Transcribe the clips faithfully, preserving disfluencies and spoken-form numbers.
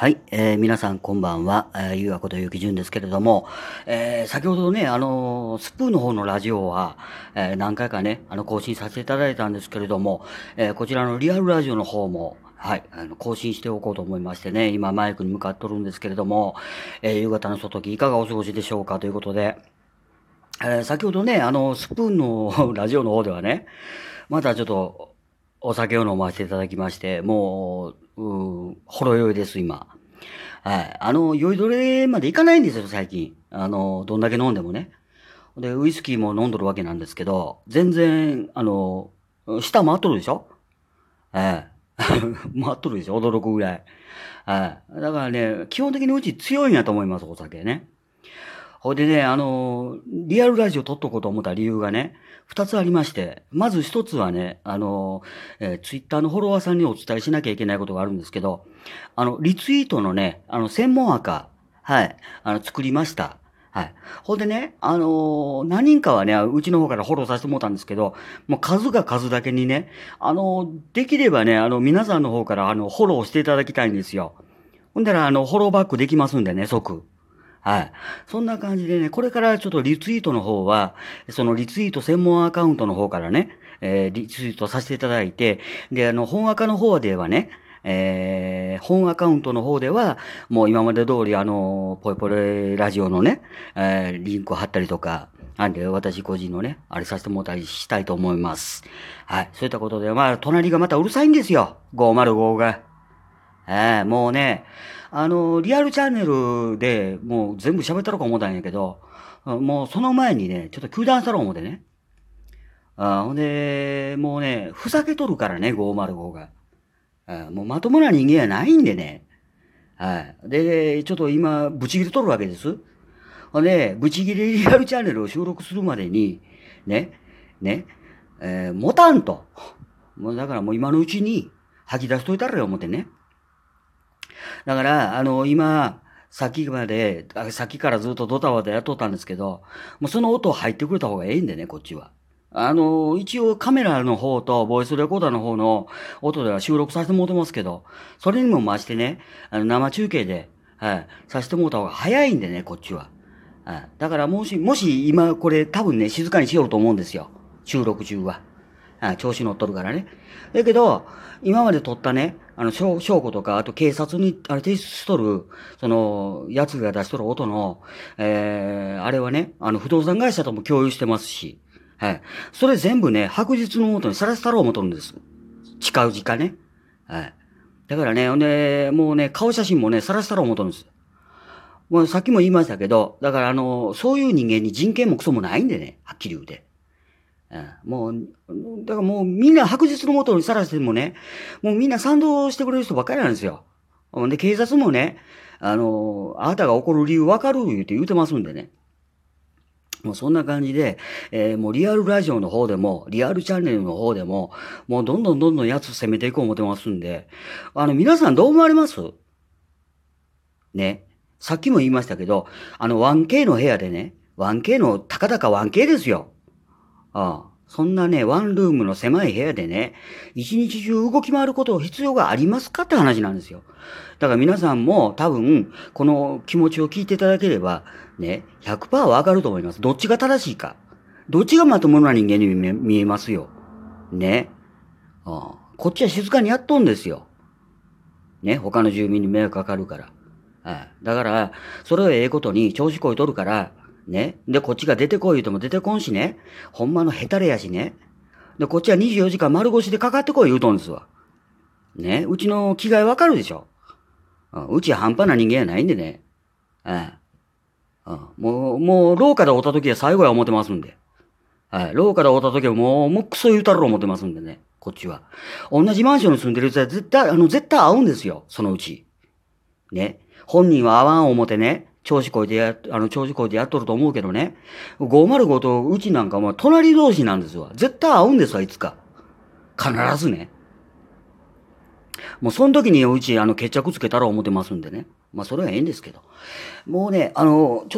はい、えー皆さんこんばんは、えー、ゆうやことゆきじゅんですけれども、えー先ほどね、あのースプーンの方のラジオは、えー何回かね、あの、更新させていただいたんですけれども、えーこちらのリアルラジオの方も、はい、あの、更新しておこうと思いましてね、今マイクに向かっとるんですけれども、えー夕方の外時いかがお過ごしでしょうかということで、えー先ほどね、あの、スプーンのラジオの方ではね、またちょっとお酒を飲ませていただきまして、もう、うーほろ酔いです、今。はい。あの、酔いどれまでいかないんですよ、最近。あの、どんだけ飲んでもね。で、ウイスキーも飲んどるわけなんですけど、全然、あの、舌回っとるでしょ。ええ。回っとるでしょ、驚くぐらい。はい。だからね、基本的にうち強いんやと思います、お酒ね。ほいでね、あの、リアルラジオ撮っとこうと思った理由がね、二つありまして、まず一つはね、あの、えーツイッターのフォロワーさんにお伝えしなきゃいけないことがあるんですけど、あの、リツイートのね、あの、専門赤、はい、あの、作りました。はい。ほんでね、あのー何人かはね、うちの方からフォローさせてもらったんですけど、もう数が数だけにね、あのーできればね、あの、皆さんの方から、あの、フォローしていただきたいんですよ。ほんだら、あの、フォローバックできますんでね、即。はい。そんな感じでね、これからちょっとリツイートの方は、そのリツイート専門アカウントの方からね、えーリツイートさせていただいて、で、あの、本アカの方ではね、えー本アカウントの方では、もう今まで通り、あの、ぽいぽいラジオのね、えーリンクを貼ったりとか、なんで、私個人のね、あれさせてもらったりしたいと思います。はい。そういったことで、まあ、隣がまたうるさいんですよ。ごまるごが。ええ、もうね、あの、リアルチャンネルでもう全部喋ったろうか思ったんやけど、もうその前にね、ちょっと休断したろう思ってね。あほんで、もうね、ふざけとるからね、ごまるごが。あもうまともな人間やないんでね。はい。で、ちょっと今、ブチ切れとるわけです。ほんで、ブチ切れリアルチャンネルを収録するまでに、ね、ね、えー、持たんと。もうだからもう今のうちに吐き出しといたらよ思ってね。だから、あの、今、さっきまで、あさっきからずっとドタバタやっとったんですけど、もうその音入ってくれた方がええんでね、こっちは。あの、一応カメラの方とボイスレコーダーの方の音では収録させてもらってますけど、それにも増してね、あの生中継で、はい、させてもらった方が早いんでね、こっちは。はい、だからもし、もし今これ多分ね、静かにしようと思うんですよ。収録中は。はい、調子乗っとるからね。だけど、今まで撮ったね、あの、証証拠とか、あと警察に、あれ提出しとる、その、奴が出しとる音の、えー、あれはね、あの、不動産会社とも共有してますし、はい。それ全部ね、白日の音にさらしたろう思とるんです。近うかね。はい。だからね、ほんで、もうね、顔写真もね、さらしたろう思とるんです。もうさっきも言いましたけど、だからあの、そういう人間に人権もクソもないんでね、はっきり言うて。うん、もう、だからもうみんな白日のもとにさらしてもね、もうみんな賛同してくれる人ばっかりなんですよ。ほんで、警察もね、あの、あなたが怒る理由わかる言うて言うてますんでね。もうそんな感じで、えーもうリアルラジオの方でも、リアルチャンネルの方でも、もうどんどんどんどんやつ攻めていこう思ってますんで、あの、皆さんどう思われますね。さっきも言いましたけど、あの ワンケー の部屋でね、ワンケー のたかだか ワンケー ですよ。ああ。そんなね、ワンルームの狭い部屋でね、一日中動き回ること必要がありますかって話なんですよ。だから皆さんも多分、この気持ちを聞いていただければ、ね、ひゃくパーセントわかると思います。どっちが正しいか。どっちがまともな人間に見見えますよ。ね。ああこっちは静かにやっとんですよ。ね。他の住民に迷惑かかるから。はい。だから、それをええことに調子こいとるから、ね。で、こっちが出てこい言うても出てこんしね。ほんまのヘタレやしね。で、こっちはにじゅうよじかん丸腰でかかってこい言うとんですわ。ね。うちの気概わかるでしょ。うんうち半端な人間やないんでね。うん。うんもう、もう、廊下で会った時は最後や思ってますんで。はい。廊下で会った時はもう、もうクソ言うたろう思ってますんでね。こっちは。同じマンションに住んでるやつは絶対、あの、絶対会うんですよ。そのうち。ね。本人は会わん思てね。調子こいてや、あの、調子こいてやっとると思うけどね。ごまるごとうちなんかも隣同士なんですわ。絶対会うんですわ、いつか。必ずね。もうその時にうち、あの、決着つけたら思ってますんでね。まあ、それはええんですけど。もうね、あの、ちょっと、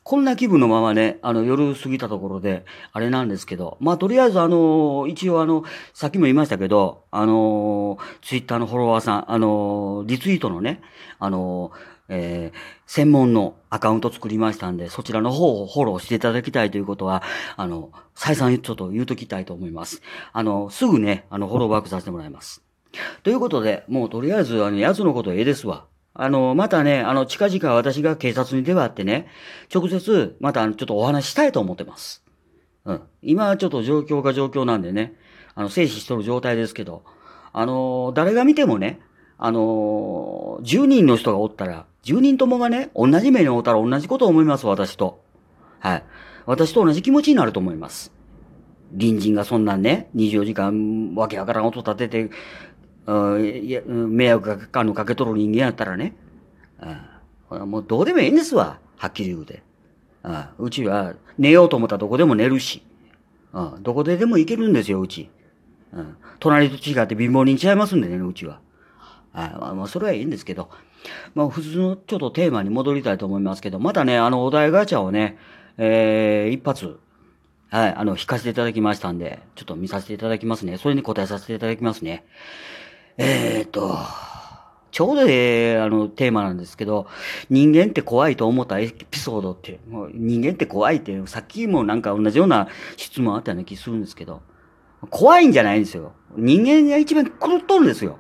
こんな気分のままね、あの、夜過ぎたところで、あれなんですけど、まあ、とりあえずあの、一応あの、さっきも言いましたけど、あの、ツイッターのフォロワーさん、あの、リツイートのね、あの、えー専門のアカウント作りましたんで、そちらの方をフォローしていただきたいということは、あの、再三ちょっと言うときたいと思います。あの、すぐね、あの、フォローバックさせてもらいます。ということで、もうとりあえず、あの、奴のことええですわ。あの、またね、あの、近々私が警察に出張ってね、直接、またちょっとお話ししたいと思ってます。うん。今はちょっと状況が状況なんでね、あの、静止しとる状態ですけど、あの、誰が見てもね、あの、じゅうにんの人がおったら、じゅうにんともがね、同じ目におったら同じことを思います、私と。はい。私と同じ気持ちになると思います。隣人がそんなんね、にじゅうよじかんわけわからん音立てて、いや迷惑がかかるのかけとる人間やったらね、あもうどうでもいいんですわ、はっきり言うて。あうちは寝ようと思ったらどこでも寝るし、あどこででも行けるんですよ、うち。うん、隣と違って貧乏人ちゃいますんでね、うちは。あまあ、それはいいんですけど、まあ、普通のちょっとテーマに戻りたいと思いますけど、またね、あの、お題ガチャをね、えー、一発、はい、あの、引かせていただきましたんで、ちょっと見させていただきますね。それに答えさせていただきますね。えーっと、ちょうどええ、あの、テーマなんですけど、人間って怖いと思ったエピソードって、もう人間って怖いって、さっきもなんか同じような質問あったような気するんですけど、怖いんじゃないんですよ。人間が一番狂っとるんですよ。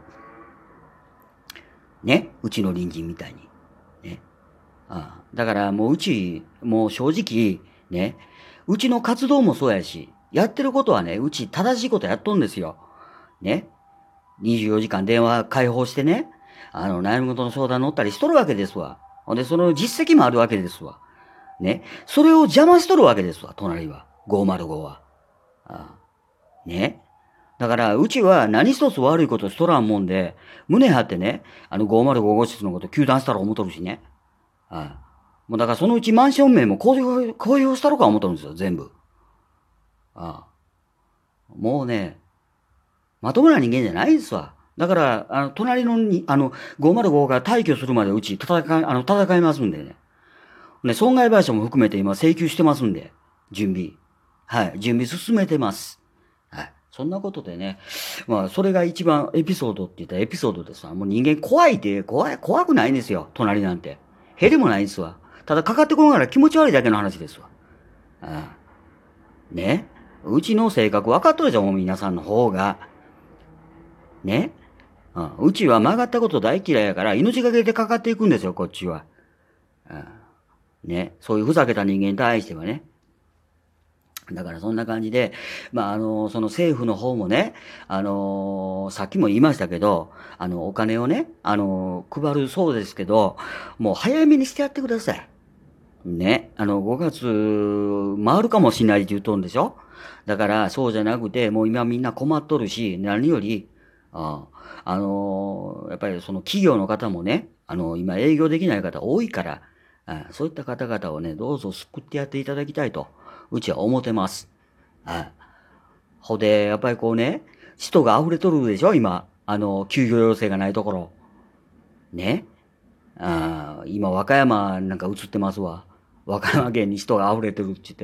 ね。うちの隣人みたいに。ね。ああだからもううち、もう正直、ね。うちの活動もそうやし、やってることはね、うち正しいことやっとんですよ。ね。にじゅうよじかん電話開放してね、あの、悩み事の相談乗ったりしとるわけですわ。ほんで、その実績もあるわけですわ。ね。それを邪魔しとるわけですわ、隣は。ごーまるごは。ああね。だから、うちは何一つ悪いことしとらんもんで、胸張ってね、あのごーまるご号室のこと糾弾したら思っとるしね。ああもうだからそのうちマンション名も公表、公表したろか思っとるんですよ、全部。ああもうね、まともな人間じゃないですわ。だから、あの、隣のに、あの、ごーまるごが退去するまでうち戦い、あの、戦いますんでね。ね、損害賠償も含めて今請求してますんで、準備。はい、準備進めてます。はい。そんなことでね、まあ、それが一番エピソードって言ったらエピソードですわ。もう人間怖いって、怖い、怖くないんですよ、隣なんて。へりもないんですわ。ただかかってこながら気持ち悪いだけの話ですわ。ああね。うちの性格分かっとるじゃん、もう皆さんの方が。ね。あうちは曲がったこと大嫌いやから、命がけでかかっていくんですよ、こっちは。あね。そういうふざけた人間に対してはね。だからそんな感じで、まあ、あの、その政府の方もね、あの、さっきも言いましたけど、あの、お金をね、あの、配るそうですけど、もう早めにしてやってください。ね。あの、ごがつ回るかもしれないって言うとんでしょ。だから、そうじゃなくて、もう今みんな困っとるし、何より、ああの、やっぱりその企業の方もね、あの、今営業できない方多いから、あそういった方々をね、どうぞ救ってやっていただきたいと、うちは思ってます。あほで、やっぱりこうね、人が溢れとるでしょ、今。あの、休業要請がないところ。ね。あ今、和歌山なんか映ってますわ。和歌山県に人が溢れてるって言って。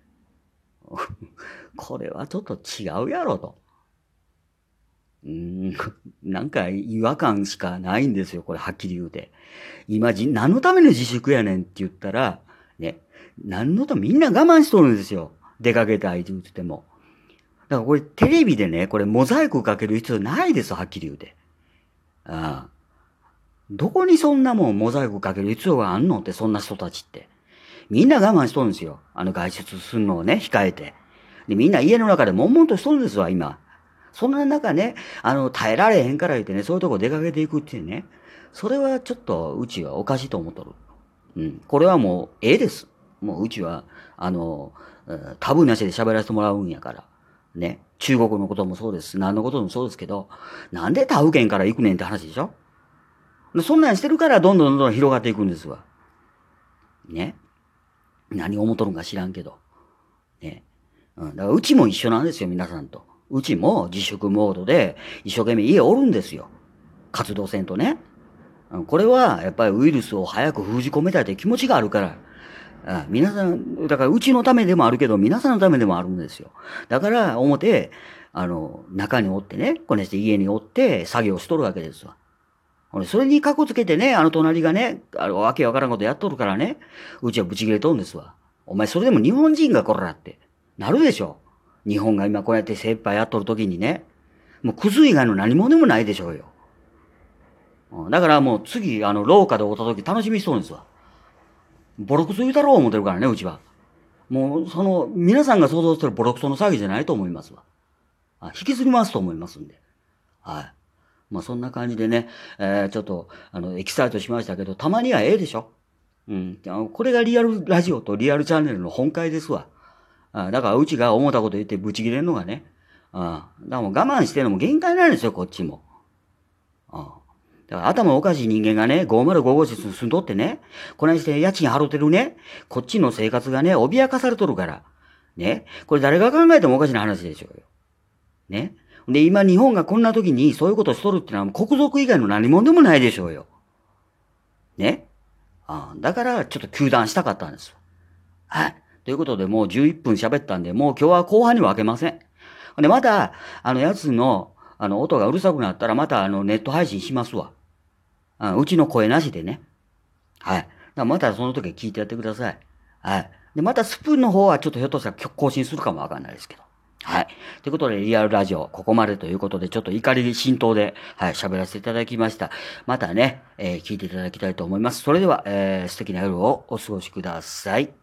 これはちょっと違うやろと。うーん、なんか違和感しかないんですよ、これはっきり言うて。今じ、何のための自粛やねんって言ったら、ね、何のため、みんな我慢しとるんですよ。出かけたいって言ってても。だからこれテレビでね、これモザイクかける必要ないですよ、はっきり言うて。ああ。どこにそんなもんモザイクかける必要があんのって、そんな人たちって。みんな我慢しとるんですよ。あの外出するのをね、控えて。で、みんな家の中で悶々としとるんですわ、今。そんな中ね、あの、耐えられへんから言ってね、そういうとこ出かけていくっていうね。それはちょっと、うちはおかしいと思っとる。うん。これはもう、ええです。もう、うちは、あの、タブーなしで喋らせてもらうんやから。ね。中国のこともそうです。何のこともそうですけど、なんで他府県から行くねんって話でしょ。そんなんしてるから、どんどんどんどん広がっていくんですわ。ね。何を思っとるんか知らんけど。ね。うん。だからうちも一緒なんですよ、皆さんと。うちも自粛モードで一生懸命家おるんですよ。活動せんとね。うんこれはやっぱりウイルスを早く封じ込めたいという気持ちがあるから。 あ皆さん、だからうちのためでもあるけど、皆さんのためでもあるんですよ。だから、表、あの、中におってね、こねして家におって作業しとるわけですわ。俺、それにかこつけてね、あの隣がね、あの、わけわからんことやっとるからね、うちはブチ切れとんですわ。お前、それでも日本人がこらって、なるでしょ。日本が今こうやって精一杯やっとる時にね、もうクズ以外の何もでもないでしょうよ。だからもう次、あの、廊下で会った時楽しみしそうですわ。ボロクソ言うたろう思ってるからね、うちは。もう、その、皆さんが想像してるボロクソの騒ぎじゃないと思いますわ。あ引きずりますと思いますんで。はい。まあそんな感じでね、えー、ちょっと、あの、エキサイトしましたけど、たまにはええでしょ。うん。これがリアルラジオとリアルチャンネルの本会ですわ。あだからうちが思ったこと言ってブチ切れんのがね。あだからもう我慢してるのも限界なんですよ、こっちも。あだから頭おかしい人間がね、ごーまるご号室に住んどってね、こないして家賃払ってるね、こっちの生活がね、脅かされとるから。ね。これ誰が考えてもおかしな話でしょうよ。ね。で、今日本がこんな時にそういうことしとるってのは国賊以外の何者でもないでしょうよ。ね。あだからちょっと糾弾したかったんです。はい。ということでもうじゅういっぷん喋ったんで、もう今日は後半に分けません。で、また、あの、やつの、あの、音がうるさくなったらまたあの、ネット配信しますわ。あうちの声なしでね。はい。だからまたその時聞いてやってください。はい。で、またスプーンの方はちょっとひょっとしたら更新するかもわかんないですけど。はい。ということで、リアルラジオ、ここまでということで、ちょっと怒り浸透で、はい、喋らせていただきました。またね、えー聞いていただきたいと思います。それでは、えー素敵な夜をお過ごしください。